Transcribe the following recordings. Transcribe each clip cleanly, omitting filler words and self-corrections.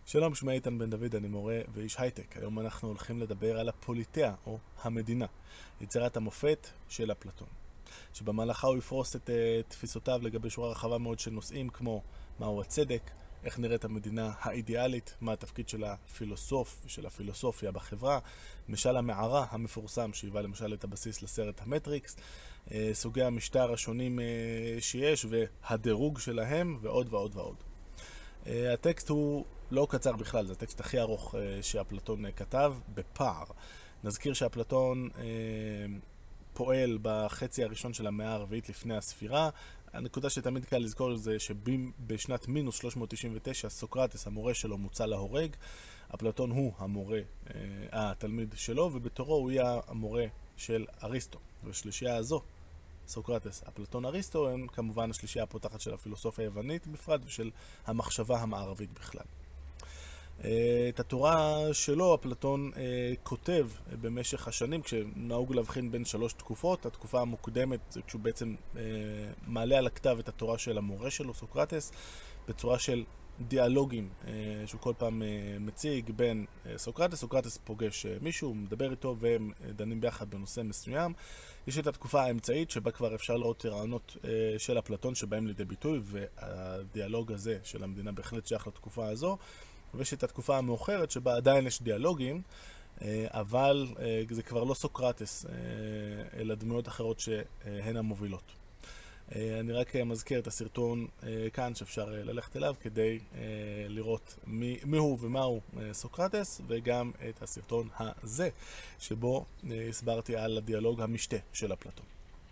שלום, שמי איתן בן דוד, אני מורה ואיש הייטק. היום אנחנו הולכים לדבר על הפוליטאה, או המדינה, יצירת המופת של אפלטון, שבמהלכה הוא יפרוס את תפיסותיו לגבי שורה רחבה מאוד של נושאים, כמו מהו הצדק, איך נראית המדינה האידיאלית, מה התפקיד של הפילוסוף ושל הפילוסופיה בחברה, משל המערה המפורסם שהיווה למשל את הבסיס לסרט המטריקס, סוגי המשטר השונים שיש והדירוג שלהם, ועוד ועוד ועוד. הטקסט הוא לא קצר בכלל, זה הטקסט הכי ארוך שאפלטון כתב בפער. נזכיר שאפלטון פועל בחצי הראשון של המאה הרביעית לפני הספירה. הנקודה שתמיד קל לזכור זה שבשנת מינוס 399 סוקרטס, המורה שלו, מוצא להורג. אפלטון הוא המורה, התלמיד שלו, ובתורו הוא יהיה המורה של אריסטו. והשלישייה הזו, סוקרטס, אפלטון, אריסטו, הם כמובן השלישייה הפותחת של הפילוסופיה היוונית בפרט ושל המחשבה המערבית בכלל. את התורה שלו אפלטון כותב במשך השנים, כשנהוג להבחין בין 3 תקופות. התקופה המוקדמת זה כשהוא בעצם מעלה על הכתב את התורה של המורה שלו, סוקרטס, בצורה של דיאלוגים שהוא כל פעם מציג בין סוקרטס פוגש מישהו, מדבר איתו והם דנים ביחד בנושא מסוים. יש את התקופה האמצעית שבה כבר אפשר לראות רעיונות של אפלטון שבהם לידי ביטוי, והדיאלוג הזה של המדינה בהחלט שייך לתקופה הזו. ויש את התקופה המאוחרת שבה עדיין יש דיאלוגים, אבל זה כבר לא סוקרטס, אלא דמויות אחרות שהן המובילות. אני רק מזכיר את הסרטון כאן שאפשר ללכת אליו כדי לראות מיהו ומהו סוקרטס, וגם את הסרטון הזה שבו הסברתי על הדיאלוג המשתה של אפלטון.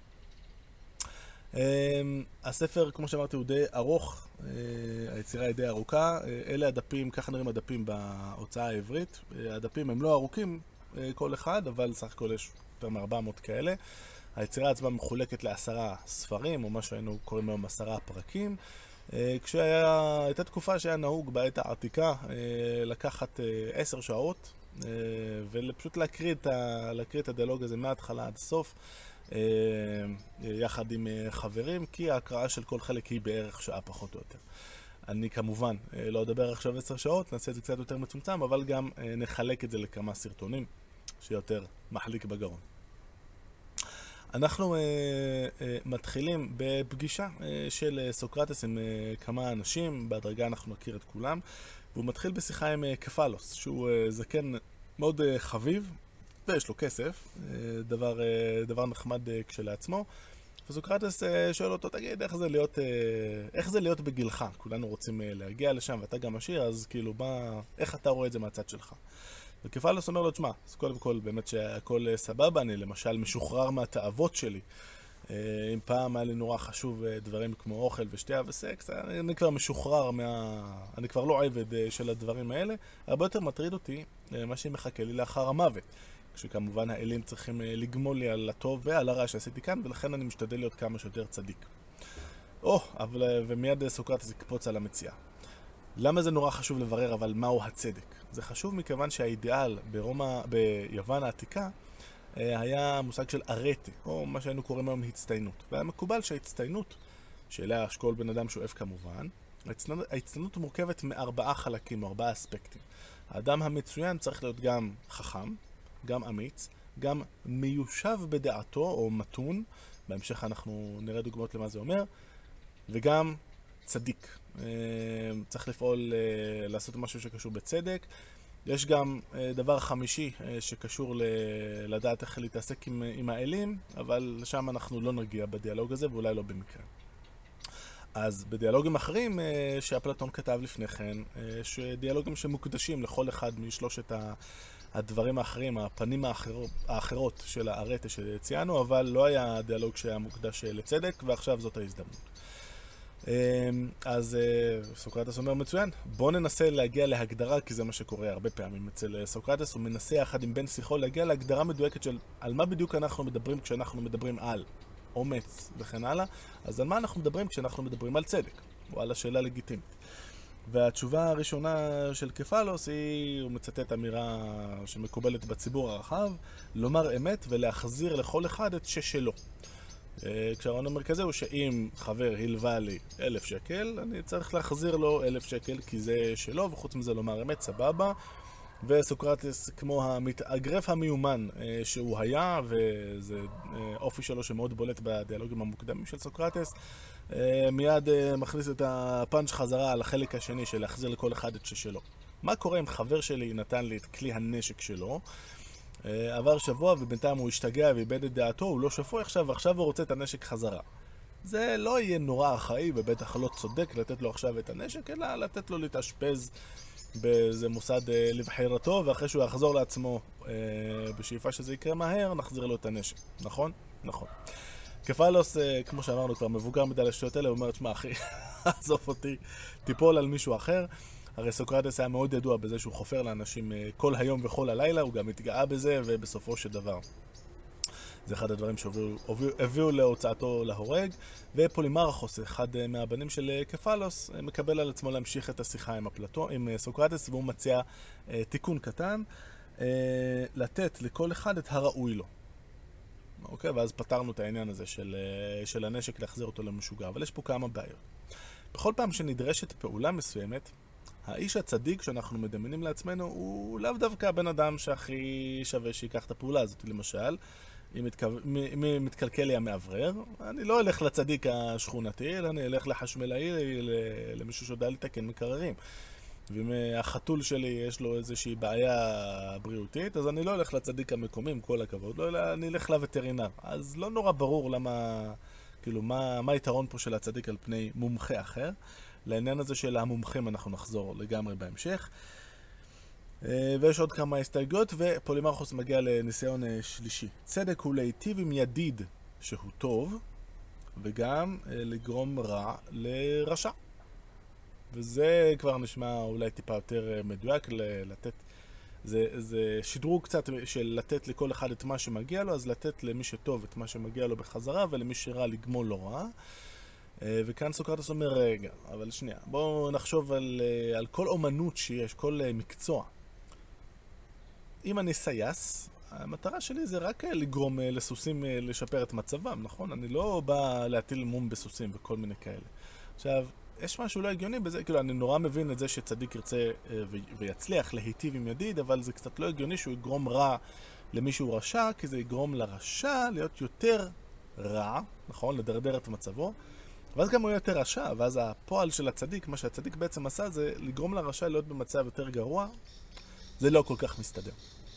הספר, כמו שאמרתי, הוא די ארוך, היצירה היא די ארוכה. אלה הדפים, ככה נראים הדפים בהוצאה העברית. הדפים הם לא ארוכים כל אחד, אבל סך הכל יש יותר מ-400 כאלה. היצירה עצמה מחולקת ל10 ספרים, או מה שהיינו קוראים היום 10 פרקים. כשהייתה תקופה שהיה נהוג בעת העתיקה לקחת 10 שעות, ופשוט להקריא את הדיאלוג הזה מההתחלה עד הסוף, יחד עם חברים, כי ההקראה של כל חלק היא בערך שעה פחות או יותר. אני כמובן לא אדבר עכשיו 10 שעות, נעשה את זה קצת יותר מצומצם, אבל גם נחלק את זה לכמה סרטונים שיותר מחליק בגרון. אנחנו מתחילים בפגישה של סוקרטס עם כמה אנשים, בהדרגה אנחנו נכיר את כולם, והוא מתחיל בשיחה עם קפלוס, שהוא זקן מאוד חביב, ויש לו כסף, דבר נחמד כשלעצמו. וסוקרטס שואל אותו, תגיד, איך זה להיות בגילך? כולנו רוצים להגיע לשם, ואתה גם עשיר, אז כאילו, איך אתה רואה את זה מהצד שלך? וקפלוס אומר לו, תשמע, אז קודם כל, באמת שהכל סבבה, אני למשל משוחרר מהתאוות שלי. אם פעם היה לי נורא חשוב דברים כמו אוכל ושתייה וסקס, אני כבר משוחרר אני כבר לא עבד של הדברים האלה. הרבה יותר מטריד אותי מה שמחכה לי לאחר המוות, כשכמובן האלים צריכים לגמול לי על הטוב ועל הרע שעשיתי כאן, ולכן אני משתדל להיות כמה שיותר צדיק. ומיד סוקרטס יקפוץ על המציאה. למה זה נורא חשוב לברר אבל מהו הצדק? זה חשוב מכיוון שהאידיאל ביוון העתיקה היה מושג של ארטה, או מה שהיינו קוראים היום הצטיינות. והיה מקובל שההצטיינות, שאליה כל בן אדם שואף כמובן, ההצטיינות מורכבת מ4 חלקים, או 4 אספקטים. האדם המצוין צריך להיות גם חכם, גם אמיץ, גם מיושב בדעתו או מתון, בהמשך אנחנו נראה דוגמאות למה זה אומר, וגם צדיק. צריך לפעול, לעשות משהו שקשור בצדק. יש גם דבר חמישי שקשור לדעת איך להתעסק עם האלים, אבל לשם אנחנו לא נגיע בדיאלוג הזה, ואולי לא במקרה. אז בדיאלוגים אחרים שאפלטון כתב לפני כן, שדיאלוגים שמוקדשים לכל אחד משלושת הדברים האחרים, הפנים האחרות של הארטה שציינו, אבל לא היה דיאלוג שהיה מוקדש לצדק, ועכשיו זאת ההזדמנות. אז סוקרטס אומר, מצוין, בוא ננסה להגיע להגדרה, כי זה מה שקורה הרבה פעמים אצל סוקרטס. הוא מנסה יחד עם בן שיחו להגיע להגדרה מדויקת של על מה בדיוק אנחנו מדברים כשאנחנו מדברים על אומץ וכן הלאה. אז על מה אנחנו מדברים כשאנחנו מדברים על צדק, או על השאלה לגיטימית. והתשובה הראשונה של קפלוס הוא מצטט אמירה שמקובלת בציבור הרחב, לומר אמת ולהחזיר לכל אחד את ששלו. כשהרעיון המרכזי הוא שאם חבר הלווה לי 1,000 שקל, אני צריך להחזיר לו 1,000 שקל כי זה שלו, וחוץ מזה לומר אמת, סבבה. וסוקרטס, כמו המתאגרף המיומן שהוא היה, וזה אופי שלו שמאוד בולט בדיאלוגים המוקדמים של סוקרטס, מיד מכניס את הפאנץ' חזרה על החלק השני של להחזיר לכל אחד את ששלו. מה קורה אם חבר שלי נתן לי את כלי הנשק שלו, עבר שבוע ובינתיים הוא השתגע ואיבד את דעתו, הוא לא שפוי עכשיו הוא רוצה את הנשק חזרה. זה לא יהיה נורא אחראי ובטח לא צודק לתת לו עכשיו את הנשק, אלא לתת לו להתאשפז באיזה מוסד לבחירתו, ואחרי שהוא יחזור לעצמו בשאיפה שזה יקרה מהר, נחזיר לו את הנשק. נכון? נכון. קפלוס, כמו שאמרנו כבר, מבוגר מדי לשטויות האלה, הוא אומר, תשמע אחי, עזוב אותי, תיפול על מישהו אחר. הרי סוקרטס היה מאוד ידוע בזה שהוא חופר לאנשים כל היום וכל הלילה, הוא גם התגאה בזה, ובסופו של דבר זה אחד הדברים שהביאו להוצאתו להורג. ופולימרכוס, אחד מהבנים של קפלוס, מקבל על עצמו להמשיך את השיחה עם סוקרטס, והוא מציע תיקון קטן, לתת לכל אחד את הראוי לו. אוקיי, ואז פתרנו את העניין הזה של הנשק, להחזיר אותו למשוגע. אבל יש פה כמה בעיות. בכל פעם שנדרשת פעולה מסוימת, האיש הצדיק שאנחנו מדמיינים לעצמנו הוא לאו דווקא הבן אדם שהכי שווה שיקח את הפעולה הזאת. למשל, אם מתקלקל לי המאוורר, אני לא אלך לצדיק השכונתי, אלא אני אלך לחשמלאי, למישהו שיודע לתקן מקררים. ואם החתול שלי יש לו איזושהי בעיה בריאותית, אז אני לא אלך לצדיק המקומי, עם כל הכבוד, לא, אלא אני אלך לווטרינר. אז לא נורא ברור למה, כאילו, מה היתרון פה של הצדיק על פני מומחה אחר. לעניין הזה של המומחים אנחנו נחזור לגמרי בהמשך. ויש עוד כמה הסתייגויות, ופולימרכוס מגיע לניסיון שלישי. צדק הוא להיטיב עם ידיד שהוא טוב, וגם לגרום רע לרשע. וזה כבר נשמע אולי טיפה יותר מדויק, לתת, זה שדרוג קצת של לתת לכל אחד את מה שמגיע לו, אז לתת למי שטוב את מה שמגיע לו בחזרה, ולמי שרע לגמול לו רע. וכאן סוקרטס אומר, רגע, אבל שנייה, בואו נחשוב על כל אומנות שיש, כל מקצוע. אם אני סייס, המטרה שלי זה רק לגרום לסוסים לשפר את מצבם, נכון? אני לא בא להטיל מום בסוסים וכל מיני כאלה. עכשיו, יש משהו לא הגיוני בזה, כאילו אני נורא מבין את זה שצדיק ירצה ויצליח להיטיב עם ידיד, אבל זה קצת לא הגיוני שהוא יגרום רע למישהו רשע, כי זה יגרום לרשע להיות יותר רע, נכון? לדרדר את מצבו. ואז גם הוא יותר רשע, ואז הפועל של הצדיק, מה שהצדיק בעצם עשה זה לגרום לרשע להיות במצב יותר גרוע. זה לא כל כך מסתדר.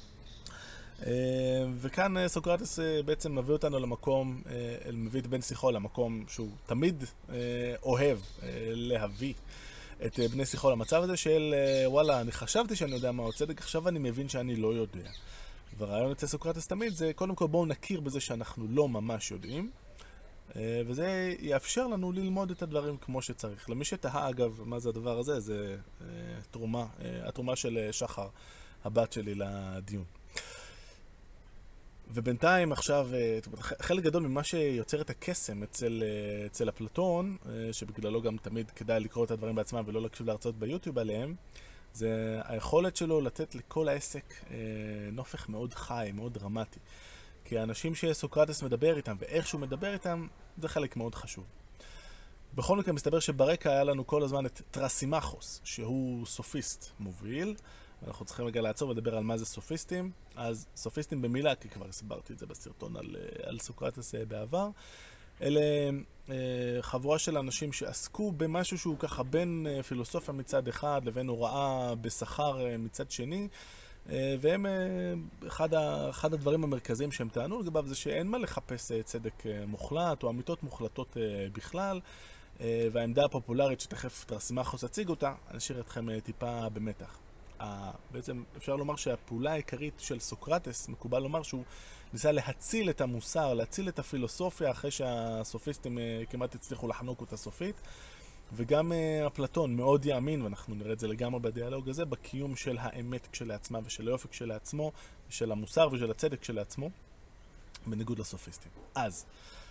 וכאן סוקרטס בעצם מביא אותנו למקום, מביא את בן שיחו למקום שהוא תמיד אוהב להביא את בני שיחו למצב הזה של וואלה, אני חשבתי שאני יודע מה הוא צדק, עכשיו אני מבין שאני לא יודע. והרעיון אצל סוקרטס תמיד זה קודם כל בואו נכיר בזה שאנחנו לא ממש יודעים, וזה יאפשר לנו ללמוד את הדברים כמו שצריך. למי שתהה אגב מה זה הדבר הזה, זה התרומה של שחר, הבת שלי, לדיון. ובינתיים עכשיו, חלק גדול ממה שיוצר את הקסם אצל אפלטון, שבגללו גם תמיד כדאי לקרוא את הדברים בעצמם ולא להקשיב להרצאות ביוטיוב עליהם, זה היכולת שלו לתת לכל העסק נופך מאוד חי, מאוד דרמטי. כי האנשים שסוקרטס מדבר איתם ואיך שהוא מדבר איתם, זה חלק מאוד חשוב. בכל מקרה מסתבר שברקע היה לנו כל הזמן את טרסימכוס, שהוא סופיסט מוביל. אנחנו צריכים רגע לעצור ולדבר על מה זה סופיסטים. אז סופיסטים במילה, כי כבר הסברתי את זה בסרטון על סוקרטס בעבר, אלה חבורה של אנשים שעסקו במשהו שהוא ככה בין פילוסופיה מצד אחד לבין הוראה בשכר מצד שני, והם אחד הדברים המרכזיים שהם טענו לגביו זה שאין מה לחפש צדק מוחלט או אמיתות מוחלטות בכלל, והעמדה הפופולרית שתכף טרסימכוס הציג אותה, אני אשאיר אתכם טיפה במתח. בעצם אפשר לומר שהפעולה העיקרית של סוקרטס, מקובל לומר שהוא ניסה להציל את המוסר, להציל את הפילוסופיה אחרי שהסופיסטים כמעט הצליחו לחנוק אותה סופית, וגם אפלטון מאוד יאמין, ואנחנו נראה את זה לגמרי בדיאלוג הזה, בקיום של האמת כשלעצמה ושל היופי כשלעצמו, ושל המוסר ושל הצדק כשלעצמו, בניגוד לסופיסטים. אז,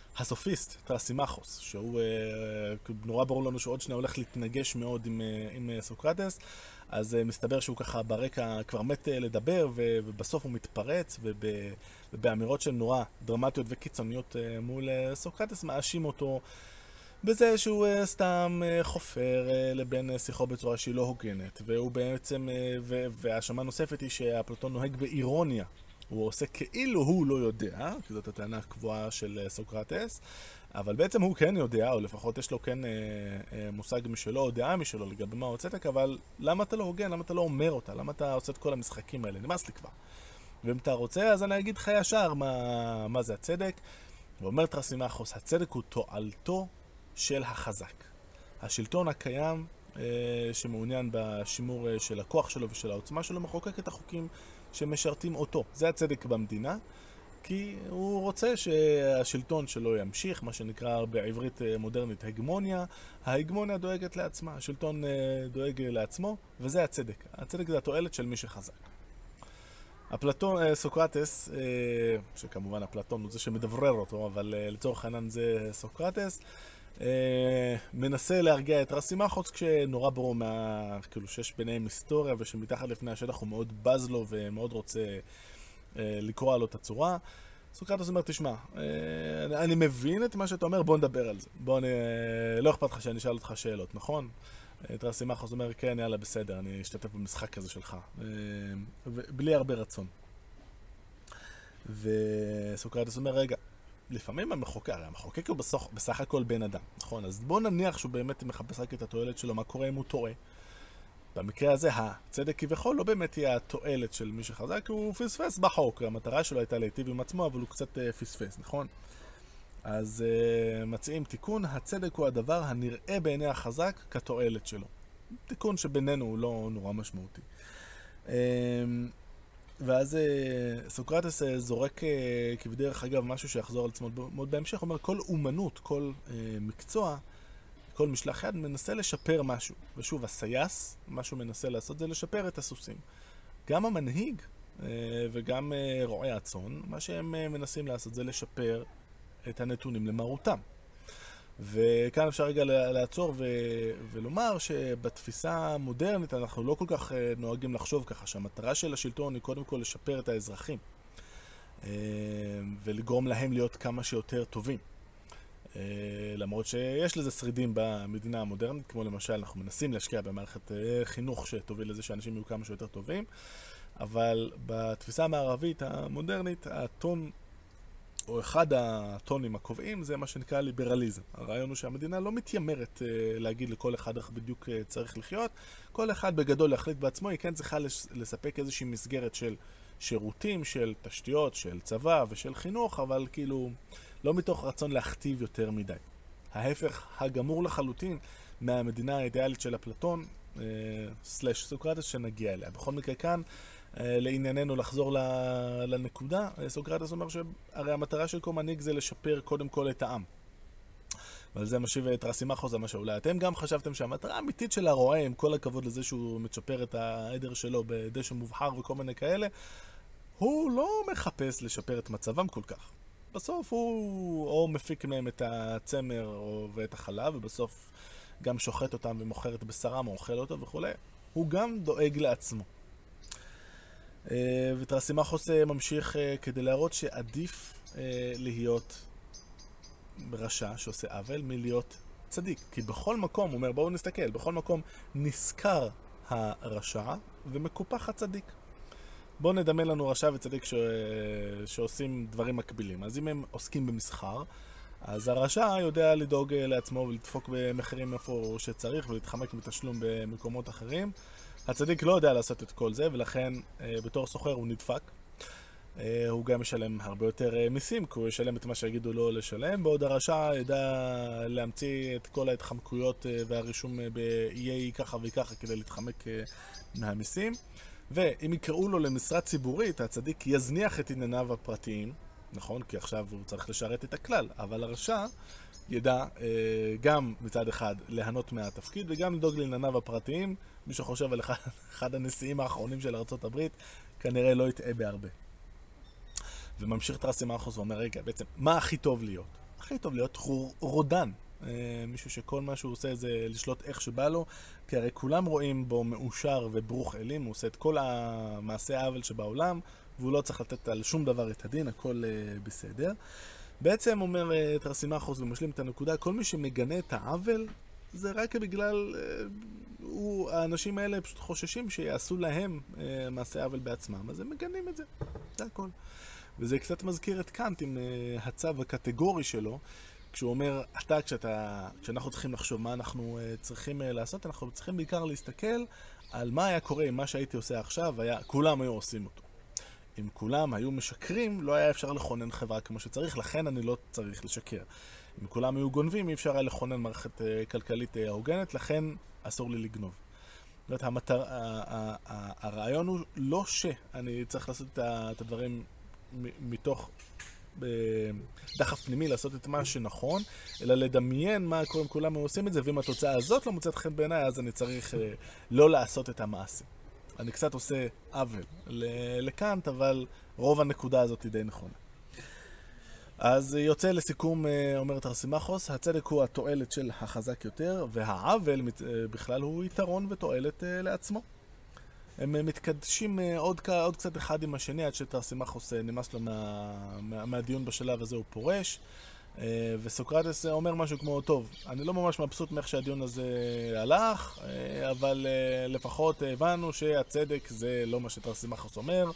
הסופיסט, טרסימאכוס, שהוא נורא ברור לנו שעוד שניה הולך להתנגש מאוד עם סוקרטס, אז מסתבר שהוא ככה ברקע כבר מת לדבר, ובסוף הוא מתפרץ, ובאמירות שהן נורא דרמטיות וקיצוניות מול סוקרטס, מאשים אותו בזה שהוא סתם חופר לבין שיחו בצורה שהיא לא הוגנת, והוא בעצם, והאשמה נוספת היא שאפלטון נוהג באירוניה. הוא עושה כאילו הוא לא יודע, כי זאת הטענה הקבועה של סוקרטס, אבל בעצם הוא כן יודע, או לפחות יש לו כן מושג משלו, או דעה משלו לגבי מה הוא צדק, אבל למה אתה לא הוגן? למה אתה לא אומר אותה? למה אתה עושה את כל המשחקים האלה? נמאס לי כבר. ואם אתה רוצה, אז אני אגיד לך ישר מה זה הצדק. ואומר טרסימאכוס, הצדק הוא תועלתו של החזק. השלטון הקיים שמעוניין בשימור של הכוח שלו ושל העוצמה שלו, מחוקק את החוקים שמשרתים אותו. זה הצדק במדינה, כי הוא רוצה שהשלטון שלו ימשיך, מה שנקרא בעברית מודרנית הגמוניה. ההגמוניה דואגת לעצמה, השלטון דואג לעצמו, וזה הצדק. הצדק זה התועלת של מי שחזק. סוקרטס, שכמובן אפלטון הוא זה שמדברר אותו, אבל לצורך העניין זה סוקרטס, מנסה להרגיע את טרסימאכוס כשנורא ברור כאילו שיש ביניהם היסטוריה ושמתחת לפני השטח הוא מאוד בז לו ומאוד רוצה לקרוא לו את הצורה. סוקרטס אומר, תשמע, אני מבין את מה שאתה אומר, בוא נדבר על זה. לא אכפת לך שאני אשאל אותך שאלות, נכון? טרסימאכוס אומר, כן, יאללה, בסדר, אני אשתתף במשחק הזה שלך. בלי הרבה רצון. וסוקרטס אומר, רגע, לפעמים המחוקק הוא בסך הכל בן אדם, נכון? אז בוא נניח שהוא באמת מחפש רק את התועלת שלו, מה קורה אם הוא טועה. במקרה הזה, הצדק כביכול לא באמת יהיה התועלת של מי שחזק, הוא פספס בחוק. המטרה שלו הייתה להיטיב עם עצמו, אבל הוא קצת פספס, נכון? אז מציעים תיקון, הצדק הוא הדבר הנראה בעיני החזק כתועלת שלו. תיקון שבינינו הוא לא נורא משמעותי. ואז סוקרטס זורק כבדרך אגב משהו שיחזור על עצמו מאוד בהמשך, אומר כל אומנות, כל מקצוע, כל משלח יד מנסה לשפר משהו. ושוב, הסייס, מה שהוא מנסה לעשות זה לשפר את הסוסים. גם המנהיג וגם רועי הצאן, מה שהם מנסים לעשות זה לשפר את הנתונים למרותם. וכאן אפשר רגע לעצור ולומר שבתפיסה המודרנית אנחנו לא כל כך נוהגים לחשוב ככה, שהמטרה של השלטון היא קודם כל לשפר את האזרחים ולגרום להם להיות כמה שיותר טובים. למרות שיש לזה שרידים במדינה המודרנית, כמו למשל אנחנו מנסים להשקיע במערכת חינוך שתוביל לזה שאנשים יהיו כמה שיותר טובים, אבל בתפיסה המערבית המודרנית הטון או אחד הטונים הקובעים זה מה שנקרא ליברליזם. הרעיון הוא שהמדינה לא מתיימרת להגיד לכל אחד איך בדיוק צריך לחיות, כל אחד בגדול להחליט בעצמו, היא כן צריכה לספק איזושהי מסגרת של שירותים, של תשתיות, של צבא ושל חינוך, אבל כאילו לא מתוך רצון להכתיב יותר מדי. ההפך הגמור לחלוטין מהמדינה האידיאלית של אפלטון, סלש סוקרטס שנגיע אליה. בכל מקרה כאן, לענייננו לחזור לנקודה, סוקרטס אומר שהרי המטרה של כל מנהיג זה לשפר קודם כל את העם. ועל זה משיב טרסימאכוס, זה מה שאולי אתם גם חשבתם שהמטרה האמיתית של הרועה, עם כל הכבוד לזה שהוא מצ'פר את העדר שלו בדשא מובחר וכל מיני כאלה, הוא לא מחפש לשפר את מצבם כל כך. בסוף הוא או מפיק מהם את הצמר ואת החלב, ובסוף גם שוחט אותם ומוכר את בשרם או אוכל אותו וכו'. הוא גם דואג לעצמו. וטרסימאכוס ממשיך כדי להראות שעדיף להיות רשע שעושה עוול מלהיות צדיק. כי בכל מקום, הוא אומר, בואו נסתכל, בכל מקום נזכר הרשע ומקופח הצדיק. בואו נדמה לנו רשע וצדיק שעושים דברים מקבילים. אז אם הם עוסקים במסחר, אז הרשע יודע לדאוג לעצמו ולדפוק במחירים איפה שצריך ולהתחמק מתשלום במקומות אחרים. הצדיק לא יודע לעשות את כל זה, ולכן בתור סוחר הוא נדפק. הוא גם משלם הרבה יותר מיסים, כי הוא ישלם את מה שיגידו לו לשלם, בעוד הרשע ידע להמציא את כל ההתחמקויות והרישום באיי ככה וככה כדי להתחמק מהמיסים. ואם יקראו לו למשרה ציבורית, הצדיק יזניח את ענייניו הפרטיים, נכון? כי עכשיו הוא צריך לשרת את הכלל, אבל הרשע ידע גם מצד אחד ליהנות מהתפקיד וגם לדאוג לענייניו הפרטיים. מי שחושב על אחד הנשיאים האחרונים של ארצות הברית כנראה לא יטעה בהרבה. וממשיך טרסימאכוס ואומר, רגע, בעצם מה הכי טוב להיות? הכי טוב להיות רודן. מישהו שכל מה שהוא עושה זה לשלוט איך שבא לו, כי הרי כולם רואים בו מאושר וברוך אלים, הוא עושה את כל המעשה העוול שבעולם, והוא לא צריך לתת על שום דבר את הדין, הכל בסדר. בעצם אומר תרסימחוס ומשלים את הנקודה, כל מי שמגנה את העוול, זה רק בגלל האנשים האלה פשוט חוששים שיעשו להם מעשה עוול בעצמם, אז הם מגנים את זה, זה הכל. וזה קצת מזכיר את קאנט עם הצו הקטגורי שלו, כשהוא אומר, כשאנחנו צריכים לחשוב מה אנחנו צריכים לעשות, אנחנו צריכים בעיקר להסתכל על מה היה קורה אם מה שהייתי עושה עכשיו, כולם היו עושים אותו. אם כולם היו משקרים, לא היה אפשר לכונן חברה כמו שצריך, לכן אני לא צריך לשקר. אם כולם היו גונבים, אי אפשר היה לכונן מערכת כלכלית הוגנת, לכן אסור לי לגנוב. זאת אומרת, הרעיון הוא לא שאני צריך לעשות את הדברים מתוך דחף פנימי, לעשות את מה שנכון, אלא לדמיין מה קורה אם כולם עושים את זה, ואם התוצאה הזאת לא מוצאת חן בעיניי, אז אני צריך לא לעשות את המעשה. אני קצת עושה עוול לקאנט, אבל רוב הנקודה הזאת היא די נכונה. אז יוצא לסיכום, אומר תרסימחוס, הצדק הוא התועלת של החזק יותר, והעוול בכלל הוא יתרון ותועלת לעצמו. הם מתקדשים עוד קצת אחד עם השני, עד שתרסימחוס נמאס לו מהדיון בשלב הזה, הוא פורש. וסוקרטס אומר משהו כמו, טוב, אני לא ממש מבסוט מאיך שהדיון הזה הלך, אבל לפחות הבנו שהצדק זה לא מה שתרסימחוס אומר.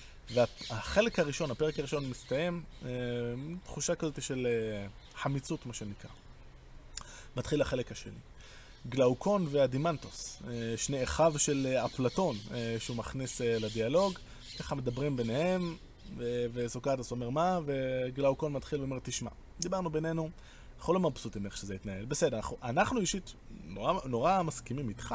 והחלק הראשון, הפרק הראשון מסתיים, תחושה כזאת של חמיצות מה שנקרא. מתחיל החלק השני. גלאוקון והדימנטוס, שני אחיו של אפלטון שהוא מכניס לדיאלוג, ככה מדברים ביניהם, וסוקרטס אומר מה, וגלאוקון מתחיל ואומר תשמע, דיברנו בינינו, אנחנו לא מבסוטים איך שזה יתנהל, בסדר, אנחנו אישית נורא מסכימים איתך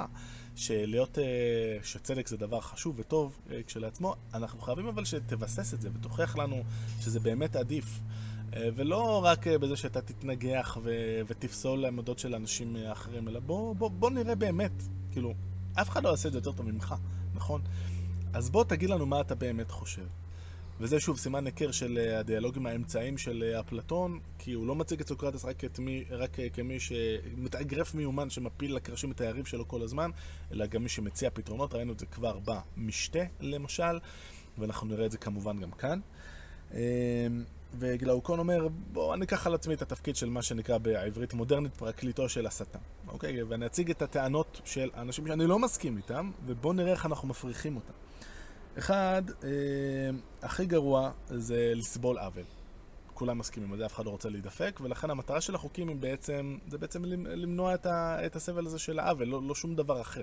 שצדק זה דבר חשוב וטוב כשלעצמו, אנחנו חייבים אבל שתבסס את זה ותוכיח לנו שזה באמת עדיף, ולא רק בזה שאתה תתנגח ותפסול לעמדות של אנשים אחרים, אלא בוא נראה באמת, כאילו, אף אחד לא יעשה את זה יותר טוב ממך, נכון? אז בוא תגיד לנו מה אתה באמת חושב. וזה שוב סימן היכר של הדיאלוגים האמצעיים של אפלטון, כי הוא לא מציג את סוקרטס רק כמי שמתאגרף מיומן שמפיל לקרשים את היריב שלו כל הזמן, אלא גם מי שמציע פתרונות, ראינו את זה כבר במשתה למשל, ואנחנו נראה את זה כמובן גם כאן. וגלאוקון אומר, בוא ניקח על עצמי את התפקיד של מה שנקרא בעברית מודרנית פרקליטו של השטן. אוקיי? ואני אציג את הטענות של אנשים שאני לא מסכים איתם, ובוא נראה איך אנחנו מפריחים אותם. אחד, הכי גרוע זה לסבול עוול. כולם מסכימים על זה, אף אחד לא רוצה להידפק, ולכן המטרה של החוקים היא בעצם למנוע את הסבל הזה של העוול, לא שום דבר אחר.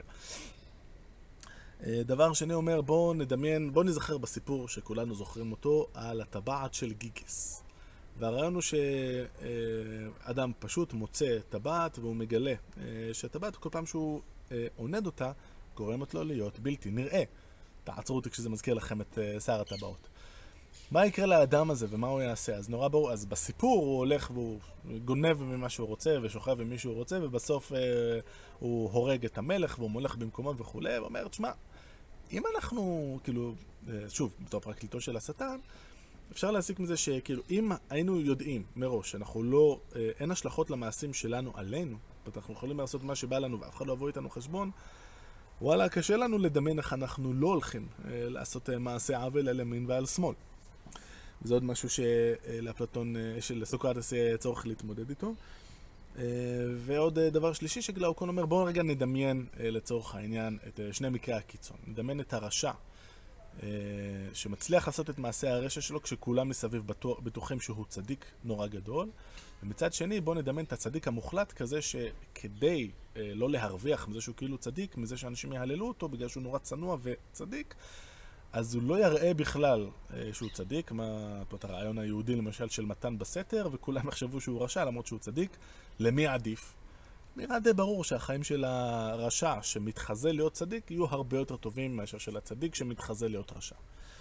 דבר שני אומר, בוא נזכר בסיפור שכולנו זוכרים אותו, על הטבעת של גיגס. והרעיון הוא שאדם פשוט מוצא טבעת והוא מגלה שהטבעת כל פעם שהוא עונד אותה, גורמת לו להיות בלתי נראה. תעצרו אותי כשזה מזכיר לכם את שר הטבעות. מה יקרה לאדם הזה ומה הוא יעשה? אז נורא ברור, אז בסיפור הוא הולך והוא גונב ממה שהוא רוצה ושוכב עם מי שהוא רוצה, ובסוף הוא הורג את המלך והוא מולך במקומו וכו', ואומר, תשמע, אם אנחנו, כאילו, שוב, בתור פרקליטו של השטן, אפשר להסיק מזה שכאילו, אם היינו יודעים מראש שאנחנו לא, אין השלכות למעשים שלנו עלינו, אנחנו יכולים לעשות מה שבא לנו ואף אחד לא יבוא איתנו חשבון, וואלה, קשה לנו לדמיין איך אנחנו לא הולכים לעשות מעשה עוול על ימין ועל שמאל. זה עוד משהו שלאפלטון, שלסוקרטס יהיה צורך להתמודד איתו. ועוד דבר שלישי שגלאוקון אומר, בואו רגע נדמיין לצורך העניין את שני מקרי הקיצון. נדמיין את הרשע שמצליח לעשות את מעשה הרשע שלו כשכולם מסביב בטוחים שהוא צדיק נורא גדול. ומצד שני בואו נדמיין את הצדיק המוחלט כזה שכדי לא להרוויח מזה שהוא כאילו צדיק, מזה שאנשים יהללו אותו בגלל שהוא נורא צנוע וצדיק, אז הוא לא יראה בכלל שהוא צדיק, את הרעיון היהודי למשל של מתן בסתר, וכולם יחשבו שהוא רשע למרות שהוא צדיק. למי עדיף? נראה די ברור שהחיים של הרשע שמתחזה להיות צדיק יהיו הרבה יותר טובים מאשר של הצדיק שמתחזה להיות רשע.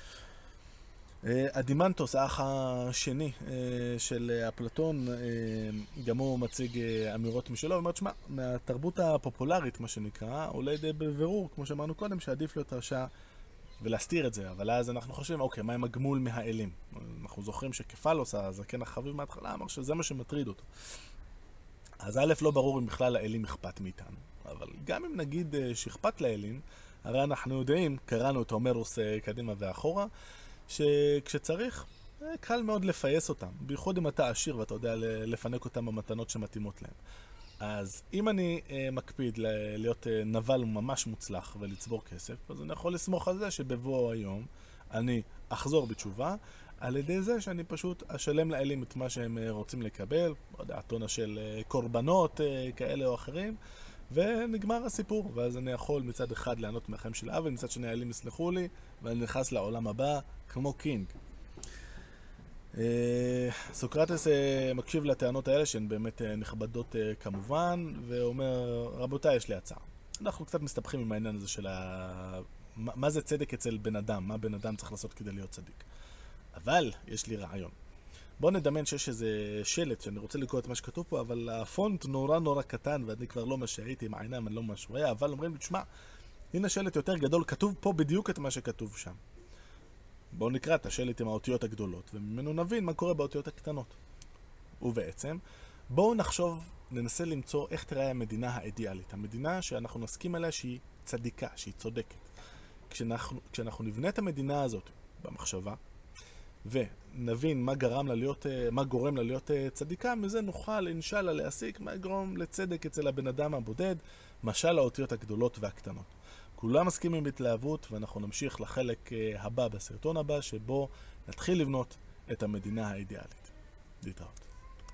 הדימנטוס, האח השני של אפלטון, גם הוא מציג אמירות משלו, ואומר, שמה, מהתרבות הפופולרית, מה שנקרא, עולה די בבירור, כמו שאמרנו קודם, שעדיף להיות רשע ולהסתיר את זה, אבל אז אנחנו חושבים, אוקיי, מה עם הגמול מהאלים? אנחנו זוכרים שכפלוס, הזקן החביב מההתחלה, אמר שזה מה שמטריד אותו. אז א', לא ברור אם בכלל האלים אכפת מאיתנו, אבל גם אם נגיד שאכפת לאלים, הרי אנחנו יודעים, קראנו את הומרוס קדימה ואחורה, שכשצריך, קל מאוד לפייס אותם, בייחוד אם אתה עשיר ואתה יודע לפנק אותם במתנות שמתאימות להם. אז אם אני מקפיד להיות נבל ממש מוצלח ולצבור כסף, אז אני יכול לסמוך על זה שבבוא היום אני אחזור בתשובה, על ידי זה שאני פשוט אשלם לאלים את מה שהם רוצים לקבל, לא יודע, טונה של קורבנות כאלה או אחרים, ונגמר הסיפור. ואז אני יכול מצד אחד לענות מהחיים של אבי, מצד שני האלים יסלחו לי, ואני נכנס לעולם הבא כמו קינג. סוקרטס מקשיב לטענות האלה שהן באמת נכבדות כמובן, ואומר, רבותיי, יש לי הצעה. אנחנו קצת מסתבכים עם העניין הזה של מה זה צדק אצל בן אדם, מה בן אדם צריך לעשות כדי להיות צדיק. אבל יש לי רעיון. בואו נדמיין שיש איזה שלט שאני רוצה לקרוא את מה שכתוב פה, אבל הפונט נורא קטן, ואני כבר לא מה שהייתי עם העיניים, אני לא מה שרואה, אבל אומרים לי, תשמע, הנה שלט יותר גדול, כתוב פה בדיוק את מה שכתוב שם. בואו נקרא את השלט עם האותיות הגדולות, וממנו נבין מה קורה באותיות הקטנות. ובעצם, בואו נחשוב, ננסה למצוא איך תראה המדינה האידיאלית. המדינה שאנחנו נסכים עליה שהיא צדיקה, שהיא צודקת. כשאנחנו נבנה את המדינה הזאת במחשבה, ונבין מה גורם לה להיות צדיקה, מזה נוכל אינשאללה להסיק מה יגרום לצדק אצל הבן אדם הבודד, משל האותיות הגדולות והקטנות. כולם מסכימים בהתלהבות, ואנחנו נמשיך לחלק הבא בסרטון הבא, שבו נתחיל לבנות את המדינה האידיאלית. להתראות.